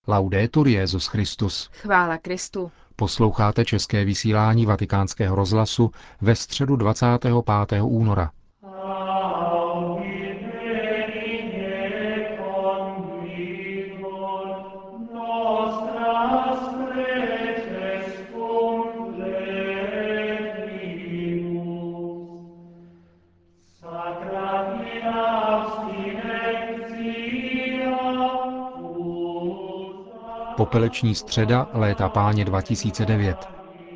Laudetur Jesus Christus. Chvála Kristu. Posloucháte české vysílání Vatikánského rozhlasu ve středu 25. února. Popeleční středa léta Páně 2009.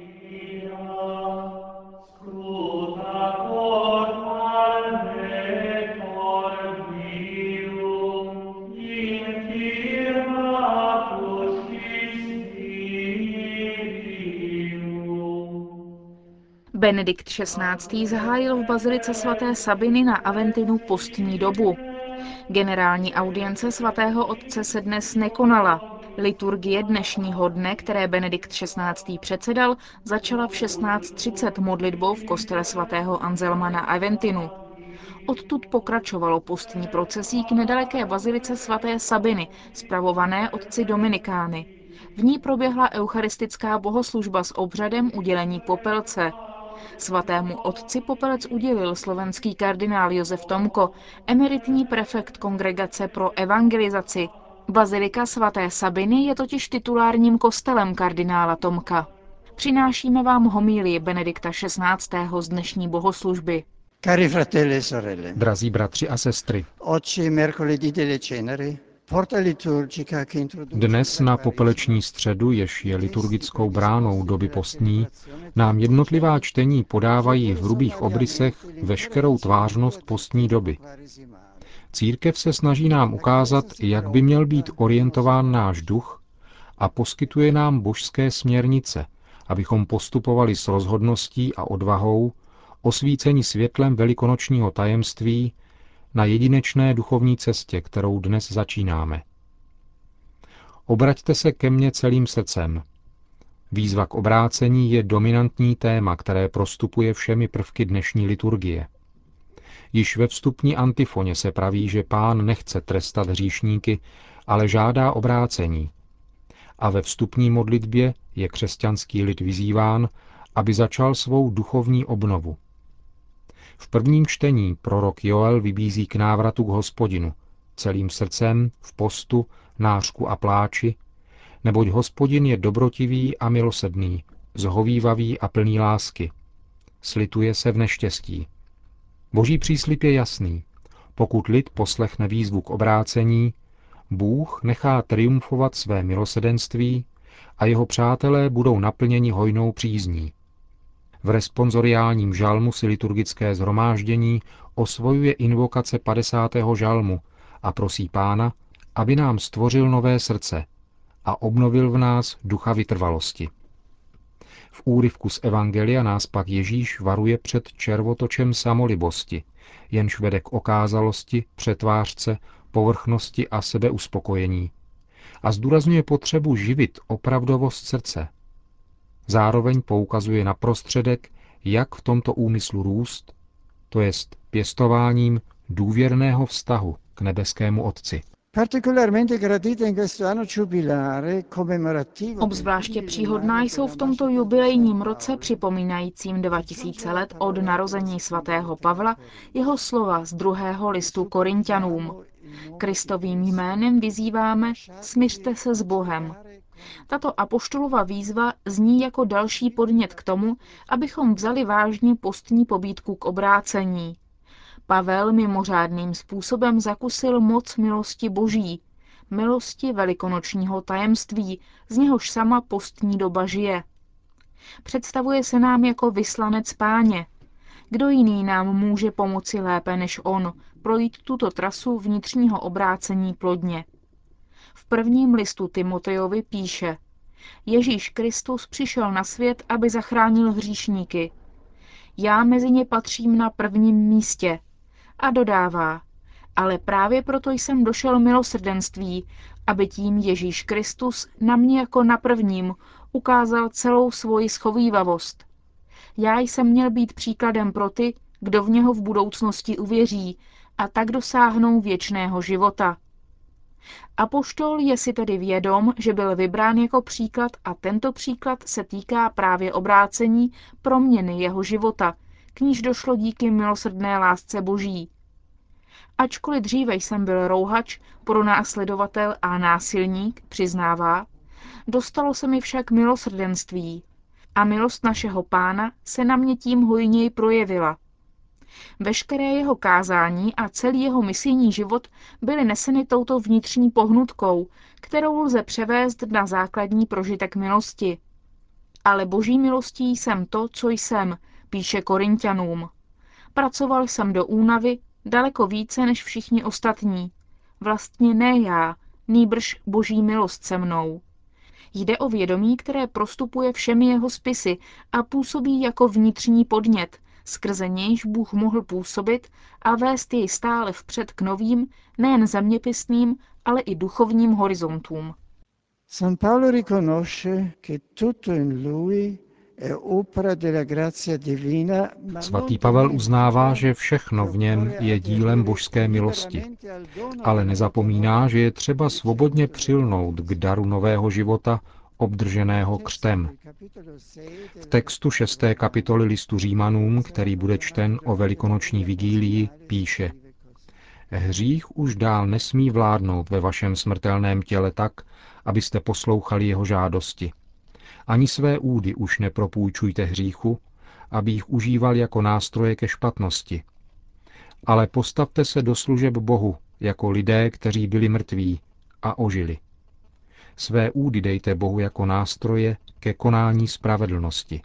Benedikt XVI. Zahájil v bazilice svaté Sabiny na Aventinu postní dobu. Generální audience svatého otce se dnes nekonala. Liturgie dnešního dne, které Benedikt XVI. Předsedal, začala v 16:30 modlitbou v kostele svatého Anselma na Aventinu. Odtud pokračovalo postní procesí k nedaleké bazilice svaté Sabiny, spravované otci dominikány. V ní proběhla eucharistická bohoslužba s obřadem udělení popelce. Svatému otci popelec udělil slovenský kardinál Josef Tomko, emeritní prefekt Kongregace pro evangelizaci. Bazilika svaté Sabiny je totiž titulárním kostelem kardinála Tomka. Přinášíme vám homílii Benedikta XVI. Z dnešní bohoslužby. Cari fratelli e sorelle, Drazí bratři a sestry, oggi mercoledì delle ceneri, porta liturgica che introduce dnes na popeleční středu, jež je liturgickou bránou doby postní, nám jednotlivá čtení podávají v hrubých obrysech veškerou tvářnost postní doby. Církev se snaží nám ukázat, jak by měl být orientován náš duch a poskytuje nám božské směrnice, abychom postupovali s rozhodností a odvahou, osvíceni světlem velikonočního tajemství na jedinečné duchovní cestě, kterou dnes začínáme. Obraťte se ke mně celým srdcem. Výzva k obrácení je dominantní téma, které prostupuje všemi prvky dnešní liturgie. Již ve vstupní antifoně se praví, že Pán nechce trestat hříšníky, ale žádá obrácení. A ve vstupní modlitbě je křesťanský lid vyzýván, aby začal svou duchovní obnovu. V prvním čtení prorok Joel vybízí k návratu k Hospodinu, celým srdcem, v postu, nářku a pláči, neboť Hospodin je dobrotivý a milosrdný, zhovívavý a plný lásky. Slituje se v neštěstí. Boží příslib je jasný. Pokud lid poslechne výzvu k obrácení, Bůh nechá triumfovat své milosrdenství a jeho přátelé budou naplněni hojnou přízní. V responsoriálním žalmu si liturgické shromáždění osvojuje invokace 50. žalmu a prosí Pána, aby nám stvořil nové srdce a obnovil v nás ducha vytrvalosti. V úryvku z Evangelia nás pak Ježíš varuje před červotočem samolibosti, jenž vede k okázalosti, přetvářce, povrchnosti a sebeuspokojení a zdůrazňuje potřebu živit opravdovost srdce. Zároveň poukazuje na prostředek, jak v tomto úmyslu růst, to jest pěstováním důvěrného vztahu k nebeskému Otci. Obzvláště příhodná jsou v tomto jubilejním roce připomínajícím 2000 let od narození svatého Pavla jeho slova z 2. listu Korinťanům. Kristovým jménem vyzýváme, smiřte se s Bohem. Tato apoštolova výzva zní jako další podnět k tomu, abychom vzali vážně postní pobídku k obrácení. Pavel mimořádným způsobem zakusil moc milosti Boží, milosti velikonočního tajemství, z něhož sama postní doba žije. Představuje se nám jako vyslanec Páně. Kdo jiný nám může pomoci lépe než on projít tuto trasu vnitřního obrácení plodně? V prvním listu Timotejovi píše: Ježíš Kristus přišel na svět, aby zachránil hříšníky. Já mezi ně patřím na prvním místě. A dodává: ale právě proto jsem došel milosrdenství, aby tím Ježíš Kristus na mě jako na prvním ukázal celou svoji schovívavost. Já jsem měl být příkladem pro ty, kdo v něho v budoucnosti uvěří a tak dosáhnou věčného života. Apoštol je si tedy vědom, že byl vybrán jako příklad a tento příklad se týká právě obrácení, proměny jeho života, k níž došlo díky milosrdné lásce Boží. Ačkoliv dříve jsem byl rouhač, pronásledovatel a násilník, přiznává, dostalo se mi však milosrdenství a milost našeho Pána se na mě tím hojněji projevila. Veškeré jeho kázání a celý jeho misijní život byly neseny touto vnitřní pohnutkou, kterou lze převést na základní prožitek milosti. Ale Boží milostí jsem to, co jsem, píše Korinťanům. Pracoval jsem do únavy daleko více než všichni ostatní. Vlastně ne já, nýbrž Boží milost se mnou. Jde o vědomí, které prostupuje všemi jeho spisy a působí jako vnitřní podnět, skrze nějž Bůh mohl působit a vést jej stále vpřed k novým, nejen zeměpisným, ale i duchovním horizontům. San Paolo riconosce che tutto in lui è opera della grazia divina. Svatý Pavel uznává, že všechno v něm je dílem božské milosti, ale nezapomíná, že je třeba svobodně přilnout k daru nového života, obdrženého křtem. V textu 6. kapitoly listu Římanům, který bude čten o velikonoční vigílii, píše: Hřích už dál nesmí vládnout ve vašem smrtelném těle tak, abyste poslouchali jeho žádosti. Ani své údy už nepropůjčujte hříchu, aby jich užíval jako nástroje ke špatnosti. Ale postavte se do služeb Bohu jako lidé, kteří byli mrtví a ožili. Své údy dejte Bohu jako nástroje ke konání spravedlnosti.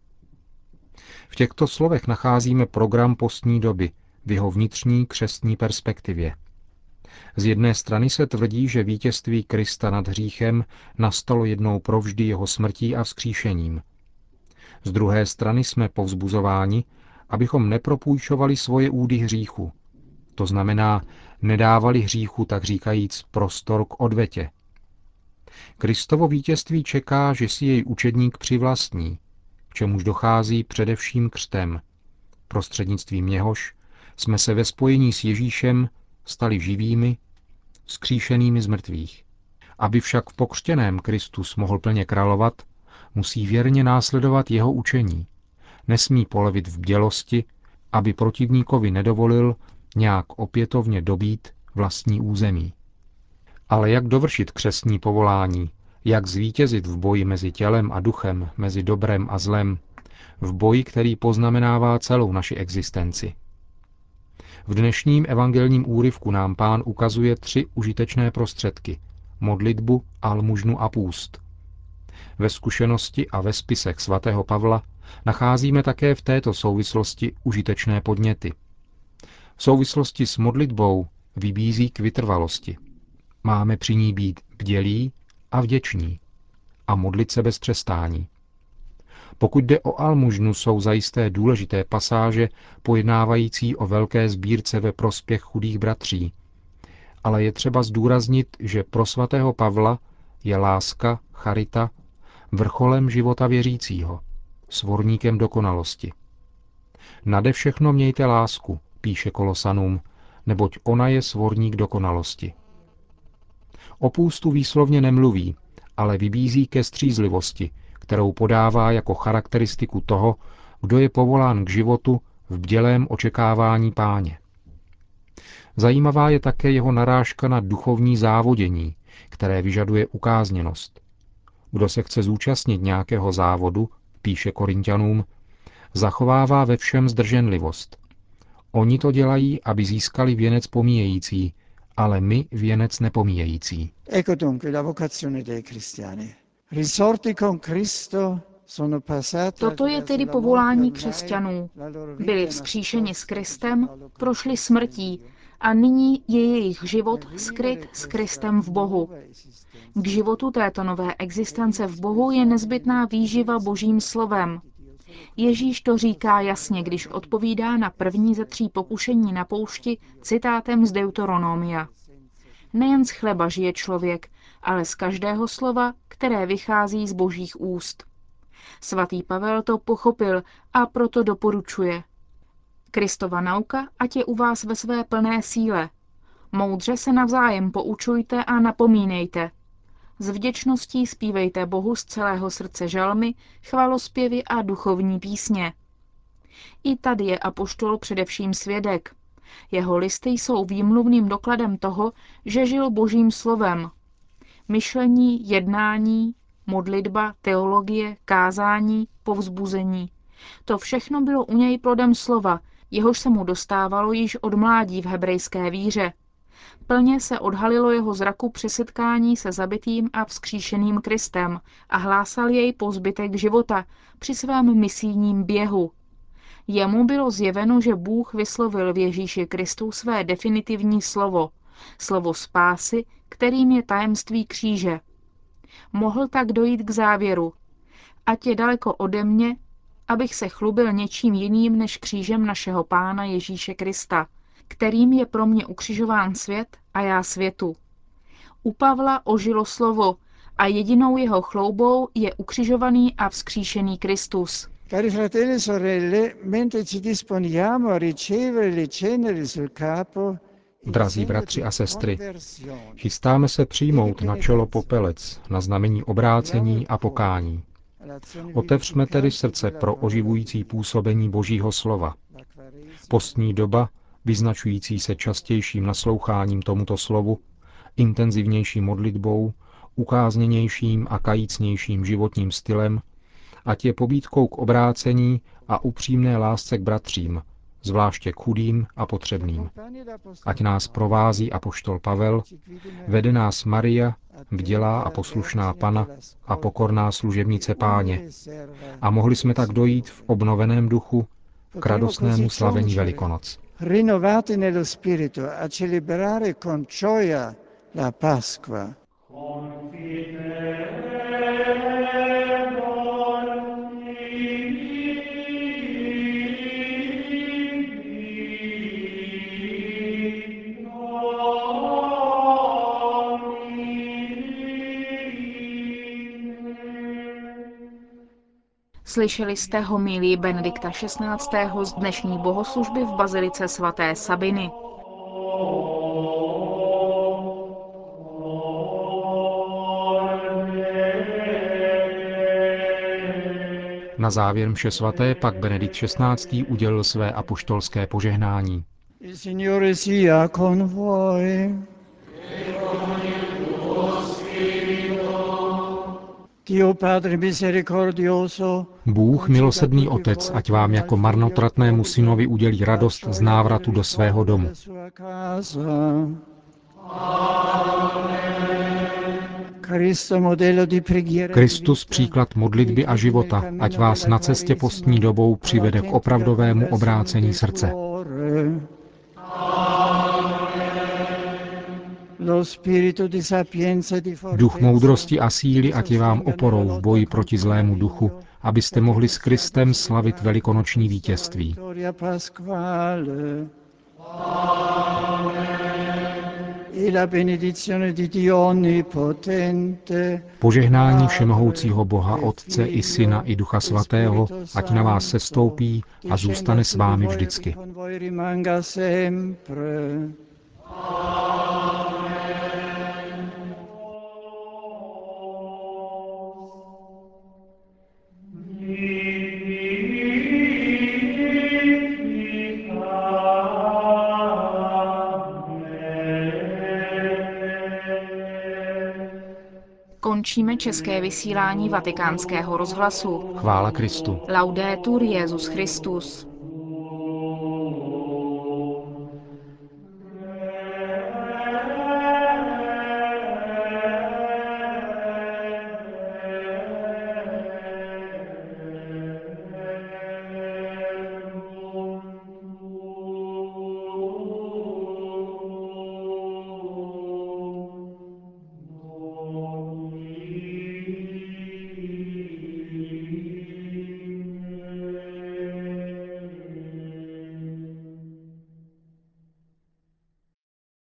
V těchto slovech nacházíme program postní doby v jeho vnitřní křestní perspektivě. Z jedné strany se tvrdí, že vítězství Krista nad hříchem nastalo jednou provždy jeho smrtí a vzkříšením. Z druhé strany jsme povzbuzováni, abychom nepropůjčovali svoje údy hříchu. To znamená, nedávali hříchu, tak říkajíc, prostor k odvetě. Kristovo vítězství čeká, že si jej učedník přivlastní, k čemuž dochází především křtem. Prostřednictvím něhož jsme se ve spojení s Ježíšem stali živými, vzkříšenými z mrtvých. Aby však v pokřtěném Kristus mohl plně královat, musí věrně následovat jeho učení. Nesmí polevit v bdělosti, aby protivníkovi nedovolil nějak opětovně dobít vlastní území. Ale jak dovršit křestní povolání, jak zvítězit v boji mezi tělem a duchem, mezi dobrem a zlem, v boji, který poznamenává celou naši existenci? V dnešním evangelním úryvku nám Pán ukazuje 3 užitečné prostředky – modlitbu, almužnu a půst. Ve zkušenosti a ve spisech svatého Pavla nacházíme také v této souvislosti užitečné podněty. V souvislosti s modlitbou vybízí k vytrvalosti. Máme při ní být bdělí a vděční a modlit se bez přestání. Pokud jde o almužnu, jsou zajisté důležité pasáže pojednávající o velké sbírce ve prospěch chudých bratří. Ale je třeba zdůraznit, že pro svatého Pavla je láska, charita, vrcholem života věřícího, svorníkem dokonalosti. Nade všechno mějte lásku, píše Kolosanům, neboť ona je svorník dokonalosti. O půstu výslovně nemluví, ale vybízí ke střízlivosti, kterou podává jako charakteristiku toho, kdo je povolán k životu v bdělém očekávání Páně. Zajímavá je také jeho narážka na duchovní závodění, které vyžaduje ukázněnost. Kdo se chce zúčastnit nějakého závodu, píše Korinťanům, zachovává ve všem zdrženlivost. Oni to dělají, aby získali věnec pomíjející, ale my věnec nepomíjející. Ecco dunque la vocazione dei cristiani. Risorti con Cristo sono passati. Toto je tedy povolání křesťanů. Byli vzkříšeni s Kristem, prošli smrtí a nyní je jejich život skryt s Kristem v Bohu. K životu této nové existence v Bohu je nezbytná výživa Božím slovem. Ježíš to říká jasně, když odpovídá na první ze 3 pokušení na poušti citátem z Deuteronomia. Nejen z chleba žije člověk, ale z každého slova, které vychází z Božích úst. Svatý Pavel to pochopil a proto doporučuje. Kristova nauka, ať je u vás ve své plné síle. Moudře se navzájem poučujte a napomínejte. S vděčností zpívejte Bohu z celého srdce žalmy, chvalospěvy a duchovní písně. I tady je apoštol především svědek. Jeho listy jsou výmluvným dokladem toho, že žil Božím slovem. Myšlení, jednání, modlitba, teologie, kázání, povzbuzení. To všechno bylo u něj plodem slova, jehož se mu dostávalo již od mládí v hebrejské víře. Plně se odhalilo jeho zraku při setkání se zabitým a vzkříšeným Kristem a hlásal jej po zbytek života při svém misijním běhu. Jemu bylo zjeveno, že Bůh vyslovil v Ježíši Kristu své definitivní slovo, slovo spásy, kterým je tajemství kříže. Mohl tak dojít k závěru: ať je daleko ode mě, abych se chlubil něčím jiným než křížem našeho Pána Ježíše Krista, kterým je pro mě ukřižován svět a já světu. U Pavla ožilo slovo a jedinou jeho chloubou je ukřižovaný a vzkříšený Kristus. Cari fratelli e sorelle, mentre ci disponiamo a ricevere le ceneri sul capo, Drazí bratři a sestry, chystáme se přijmout na čelo popelec na znamení obrácení a pokání. Otevřme tedy srdce pro oživující působení Božího slova. Postní doba, vyznačující se častějším nasloucháním tomuto slovu, intenzivnější modlitbou, ukázněnějším a kajícnějším životním stylem, ať je pobídkou k obrácení a upřímné lásce k bratřím, zvláště k chudým a potřebným. Ať nás provází apoštol Pavel, vede nás Maria, bdělá a poslušná Pana a pokorná služebnice Páně, a mohli jsme tak dojít v obnoveném duchu k radostnému slavení Velikonoc. Rinnovati nello spirito a celebrare con gioia la Pasqua. Slyšeli jste homilii Benedikta XVI. Z dnešní bohoslužby v bazilice svaté Sabiny. Na závěr mše svaté pak Benedikt XVI. Udělil své apoštolské požehnání. Il Signore sia con voi. Dio Padre misericordioso, Bůh, milosrdný Otec, ať vám jako marnotratnému synovi udělí radost z návratu do svého domu. Kristus, příklad modlitby a života, ať vás na cestě postní dobou přivede k opravdovému obrácení srdce. Duch moudrosti a síly, ať je vám oporou v boji proti zlému duchu, abyste mohli s Kristem slavit velikonoční vítězství. Požehnání všemohoucího Boha, Otce i Syna i Ducha Svatého, ať na vás sestoupí a zůstane s vámi vždycky. Končíme české vysílání Vatikánského rozhlasu. Chvála Kristu. Laudetur Jesus Christus.